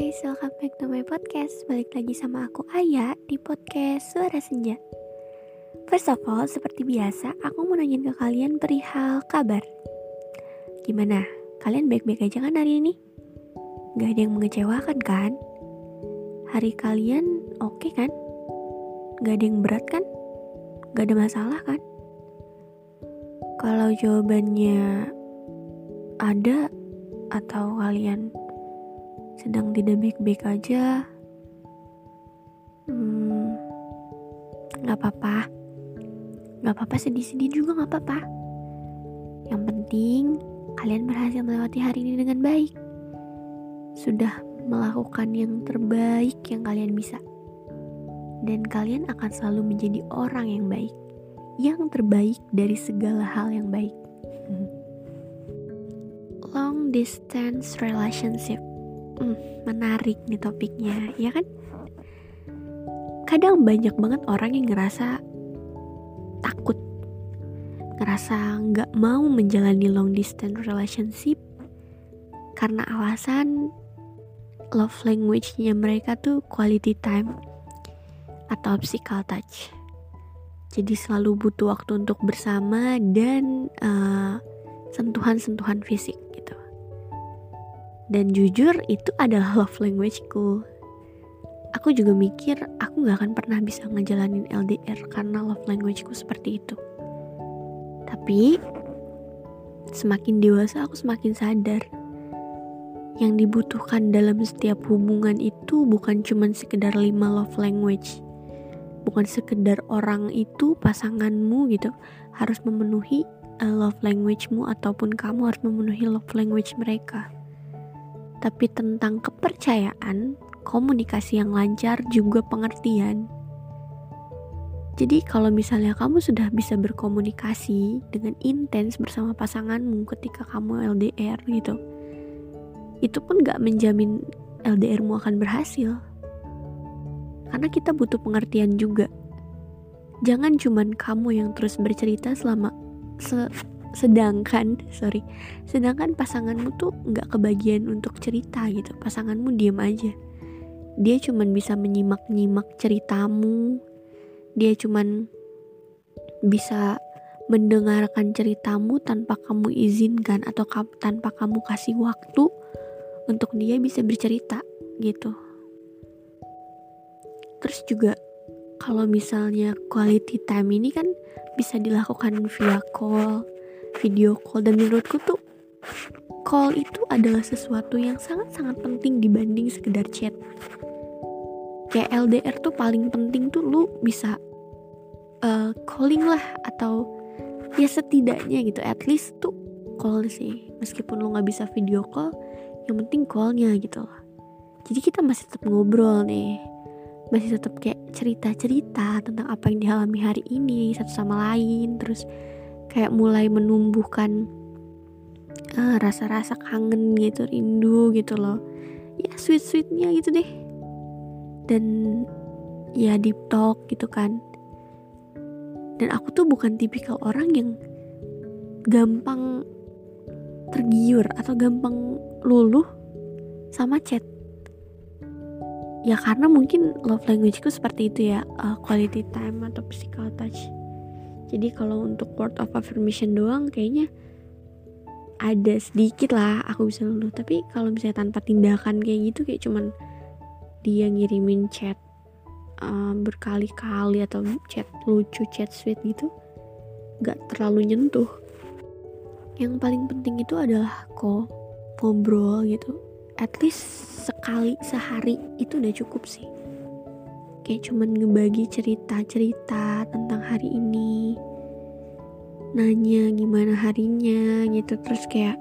guys, welcome back to my podcast. Balik lagi sama aku Aya di podcast Suara Senja. First of all, seperti biasa, aku mau nanyain ke kalian perihal kabar. Gimana? Kalian baik-baik aja kan hari ini? Gak ada yang mengecewakan kan? Hari kalian oke kan? Gak ada yang berat kan? Gak ada masalah kan? Kalau jawabannya ada atau kalian sedang tidak baik-baik aja, gak apa-apa, sedih-sedih juga gak apa-apa. Yang penting kalian berhasil melewati hari ini dengan baik, sudah melakukan yang terbaik yang kalian bisa, dan kalian akan selalu menjadi orang yang baik, yang terbaik dari segala hal yang baik. Long distance relationship, menarik nih topiknya, ya kan? Kadang banyak banget orang yang ngerasa takut, ngerasa gak mau menjalani long distance relationship karena alasan love language-nya mereka tuh quality time atau physical touch. Jadi selalu butuh waktu untuk bersama dan sentuhan-sentuhan fisik gitu. Dan jujur itu adalah love language-ku. Aku juga mikir aku gak akan pernah bisa ngejalanin LDR karena love language-ku seperti itu. Tapi semakin dewasa aku semakin sadar, yang dibutuhkan dalam setiap hubungan itu bukan cuma sekedar 5 love language. Bukan sekedar orang itu, pasanganmu gitu, harus memenuhi love language-mu ataupun kamu harus memenuhi love language mereka. Tapi tentang kepercayaan, komunikasi yang lancar, juga pengertian. Jadi kalau misalnya kamu sudah bisa berkomunikasi dengan intens bersama pasanganmu ketika kamu LDR gitu, itu pun gak menjamin LDR-mu akan berhasil. Karena kita butuh pengertian juga. Jangan cuman kamu yang terus bercerita sedangkan pasanganmu tuh nggak kebagian untuk cerita gitu. Pasanganmu diam aja, dia cuman bisa menyimak ceritamu, dia cuman bisa mendengarkan ceritamu tanpa kamu izinkan atau tanpa kamu kasih waktu untuk dia bisa bercerita gitu. Terus juga kalau misalnya quality time ini kan bisa dilakukan via call, video call, dan menurutku tuh call itu adalah sesuatu yang sangat-sangat penting dibanding sekedar chat. Kayak LDR tuh paling penting tuh lu bisa calling lah, atau ya setidaknya gitu, at least tuh call sih. Meskipun lu gak bisa video call, yang penting callnya gitu loh. Jadi kita masih tetap ngobrol nih, masih tetap kayak cerita-cerita tentang apa yang dialami hari ini satu sama lain. Terus kayak mulai menumbuhkan rasa-rasa kangen gitu, rindu gitu loh. Ya sweet-sweetnya gitu deh. Dan ya deep talk gitu kan. Dan aku tuh bukan tipikal orang yang gampang tergiur atau gampang luluh sama chat. Ya karena mungkin love language-ku seperti itu ya, quality time atau physical touch. Jadi kalau untuk word of affirmation doang kayaknya ada sedikit lah aku bisa luluh. Tapi kalau misalnya tanpa tindakan kayak gitu, kayak cuman dia ngirimin chat berkali-kali atau chat lucu, chat sweet gitu, gak terlalu nyentuh. Yang paling penting itu adalah ngobrol gitu. At least sekali sehari itu udah cukup sih. Kayak cuman ngebagi cerita-cerita tentang hari ini, nanya gimana harinya gitu. Terus kayak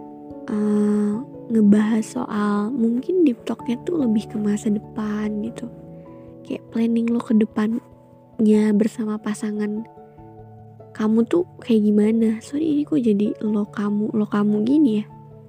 ngebahas soal mungkin deep talknya tuh lebih ke masa depan gitu. Kayak planning lo ke depannya bersama pasangan kamu tuh kayak gimana. Sorry ini kok jadi lo kamu gini ya.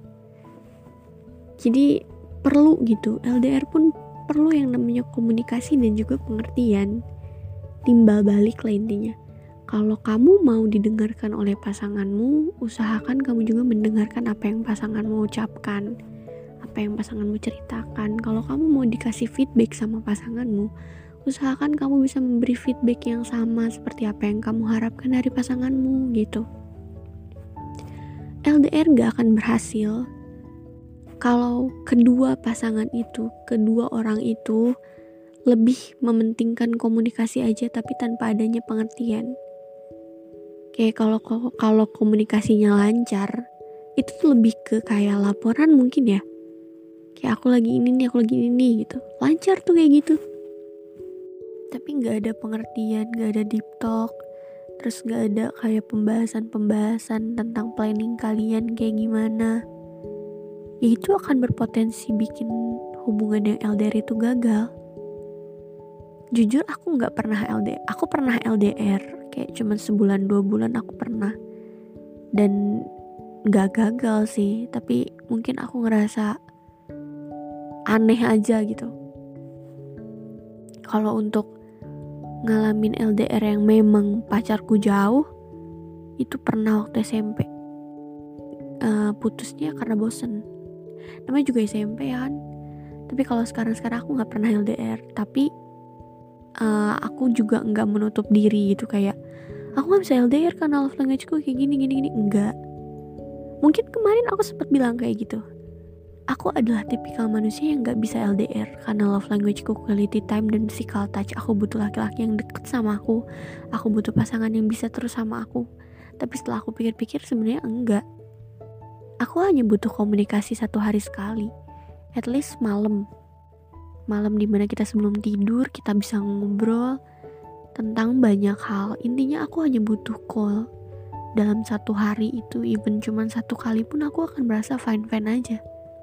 Jadi perlu gitu, LDR pun perlu yang namanya komunikasi dan juga pengertian. Timbal balik lah intinya. Kalau kamu mau didengarkan oleh pasanganmu, usahakan kamu juga mendengarkan apa yang pasanganmu ucapkan, apa yang pasanganmu ceritakan. Kalau kamu mau dikasih feedback sama pasanganmu, usahakan kamu bisa memberi feedback yang sama seperti apa yang kamu harapkan dari pasanganmu gitu. LDR gak akan berhasil kalau kedua pasangan itu, kedua orang itu lebih mementingkan komunikasi aja tapi tanpa adanya pengertian. Kayak kalau komunikasinya lancar, itu tuh lebih ke kayak laporan mungkin ya. Kayak aku lagi ini nih gitu. Lancar tuh kayak gitu. Tapi gak ada pengertian, gak ada deep talk. Terus gak ada kayak pembahasan tentang planning kalian kayak gimana. Ya itu akan berpotensi bikin hubungan yang LDR itu gagal. Jujur aku gak pernah LDR. Aku pernah LDR kayak cuman sebulan 2 bulan aku pernah. Dan gak gagal sih, tapi mungkin aku ngerasa aneh aja gitu. Kalau untuk ngalamin LDR yang memang pacarku jauh, itu pernah waktu SMP. Putusnya karena bosen. Namanya juga SMP ya kan. Tapi kalau sekarang aku gak pernah LDR. Tapi aku juga gak menutup diri gitu. Kayak aku gak bisa LDR karena love language-ku kayak gini. Enggak. Mungkin kemarin aku sempat bilang kayak gitu. Aku adalah tipikal manusia yang gak bisa LDR karena love language-ku quality time dan physical touch. Aku butuh laki-laki yang deket sama aku. Aku butuh pasangan yang bisa terus sama aku. Tapi setelah aku pikir-pikir sebenarnya enggak. Aku hanya butuh komunikasi 1 hari sekali. At least malam dimana kita sebelum tidur kita bisa ngobrol tentang banyak hal. Intinya aku hanya butuh call. Dalam 1 hari itu, even cuman 1 kali pun aku akan merasa fine-fine aja.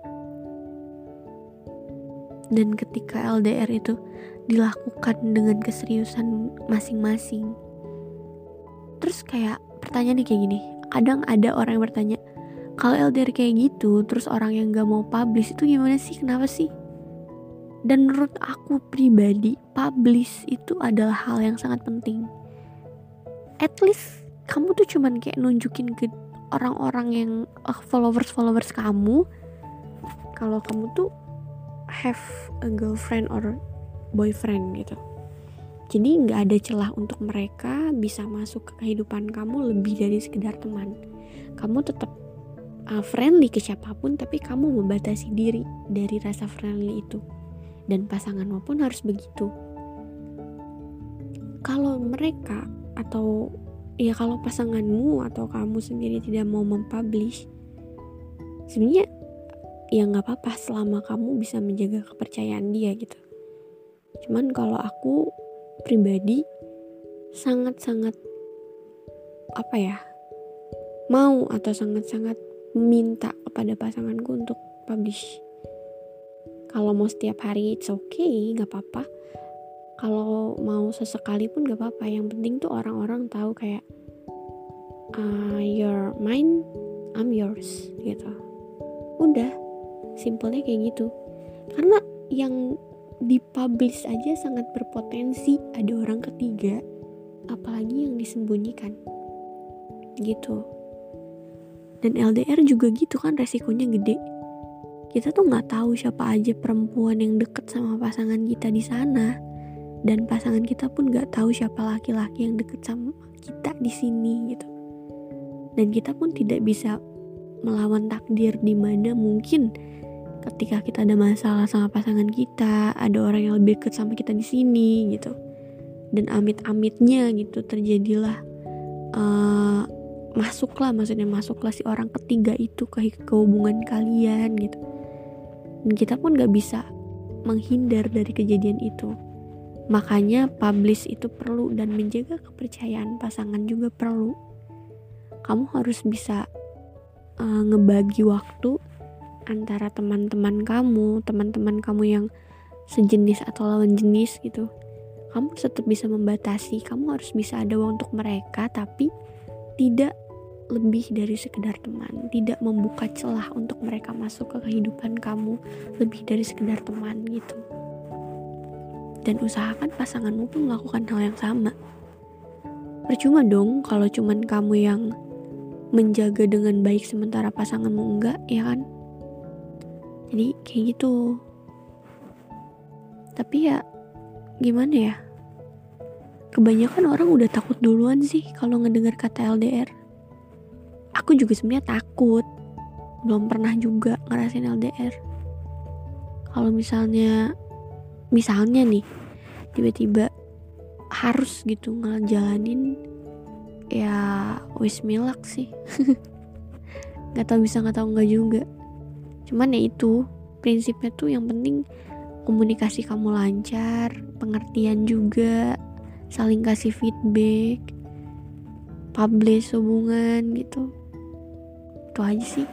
Dan ketika LDR itu dilakukan dengan keseriusan masing-masing, terus kayak pertanyaannya kayak gini, kadang ada orang yang bertanya, kalau LDR kayak gitu terus orang yang gak mau publish itu gimana sih, kenapa sih? Dan menurut aku pribadi, publish itu adalah hal yang sangat penting. At least kamu tuh cuman kayak nunjukin ke orang-orang yang followers kamu kalau kamu tuh have a girlfriend or boyfriend gitu. Jadi gak ada celah untuk mereka bisa masuk ke kehidupan kamu lebih dari sekedar teman. Kamu tetap friendly ke siapapun, tapi kamu membatasi diri dari rasa friendly itu. Dan pasanganmu pun harus begitu. Kalau mereka atau ya kalau pasanganmu atau kamu sendiri tidak mau mempublish, sebenarnya ya gak apa-apa selama kamu bisa menjaga kepercayaan dia gitu. Cuman kalau aku pribadi sangat-sangat mau atau sangat-sangat minta kepada pasanganku untuk publish. Kalau mau setiap hari it's okay, gak apa-apa. Kalau mau sesekali pun gak apa-apa. Yang penting tuh orang-orang tahu kayak you're mine, I'm yours gitu. Udah, simpelnya kayak gitu. Karena yang dipublish aja sangat berpotensi ada orang ketiga, apalagi yang disembunyikan gitu. Dan LDR juga gitu kan, resikonya gede. Kita tuh nggak tahu siapa aja perempuan yang deket sama pasangan kita di sana, dan pasangan kita pun nggak tahu siapa laki-laki yang deket sama kita di sini gitu. Dan kita pun tidak bisa melawan takdir, di mana mungkin ketika kita ada masalah sama pasangan kita, ada orang yang lebih dekat sama kita di sini gitu. Dan amit-amitnya gitu terjadilah masuklah si orang ketiga itu ke hubungan kalian gitu. Dan kita pun gak bisa menghindar dari kejadian itu. Makanya publish itu perlu, dan menjaga kepercayaan pasangan juga perlu. Kamu harus bisa ngebagi waktu antara teman-teman kamu yang sejenis atau lawan jenis gitu. Kamu tetap bisa membatasi, kamu harus bisa ada untuk mereka, tapi tidak lebih dari sekedar teman, tidak membuka celah untuk mereka masuk ke kehidupan kamu lebih dari sekedar teman gitu. Dan usahakan pasanganmu pun melakukan hal yang sama. Percuma dong kalau cuman kamu yang menjaga dengan baik sementara pasanganmu enggak, ya kan? Jadi kayak gitu. Tapi ya gimana ya, kebanyakan orang udah takut duluan sih kalau ngedengar kata LDR. Aku juga sebenarnya takut, belum pernah juga ngerasain LDR. Kalau misalnya nih tiba-tiba harus gitu ngejalanin, ya wish me luck sih. Gak tau bisa gak tau enggak juga. Cuman ya itu prinsipnya tuh, yang penting komunikasi kamu lancar, pengertian juga, saling kasih feedback, publish hubungan gitu. Itu aja sih.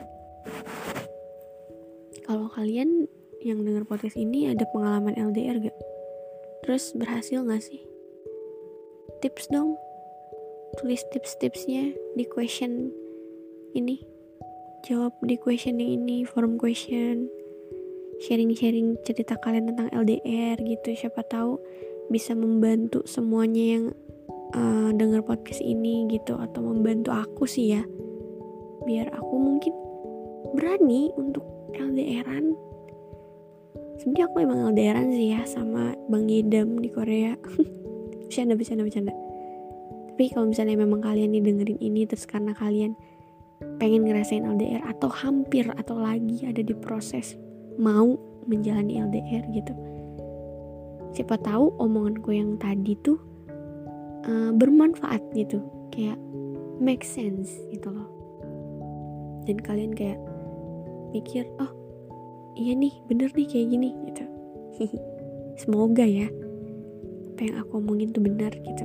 Kalau kalian yang denger podcast ini ada pengalaman LDR gak? Terus berhasil gak sih? Tips dong. Tulis tips-tipsnya di question ini. Jawab di question yang ini, forum question. Sharing-sharing cerita kalian tentang LDR gitu. Siapa tahu bisa membantu semuanya yang denger podcast ini gitu. Atau membantu aku sih ya, biar aku mungkin berani untuk LDRan. Sebenarnya aku emang LDRan sih ya sama Bang Yedam di Korea. Bercanda. Tapi kalau misalnya memang kalian nih dengerin ini, terus karena kalian pengen ngerasain LDR atau hampir atau lagi ada di proses mau menjalani LDR gitu, siapa tahu omonganku yang tadi tuh bermanfaat gitu, kayak make sense gitu loh, dan kalian kayak mikir, oh iya nih, bener nih kayak gini gitu. Semoga ya apa yang aku omongin tuh benar gitu.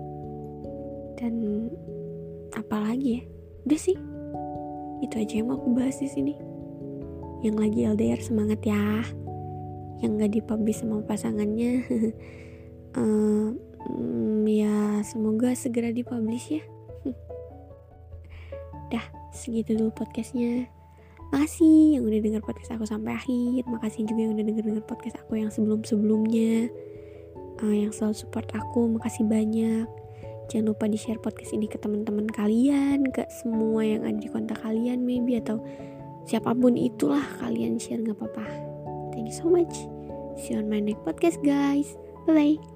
Dan apalagi ya, udah sih, itu aja yang mau aku bahas di sini. Yang lagi LDR semangat ya, yang gak dipublish sama pasangannya ya semoga segera dipublish ya. Dah, segitu dulu podcastnya. Makasih yang udah denger podcast aku sampai akhir. Makasih juga yang udah denger podcast aku yang sebelum-sebelumnya, yang selalu support aku. Makasih banyak. Jangan lupa di-share podcast ini ke teman-teman kalian, ke semua yang ada di kontak kalian maybe, atau siapapun itulah kalian share, gak apa-apa. Thank you so much. See you on my next podcast guys. Bye bye.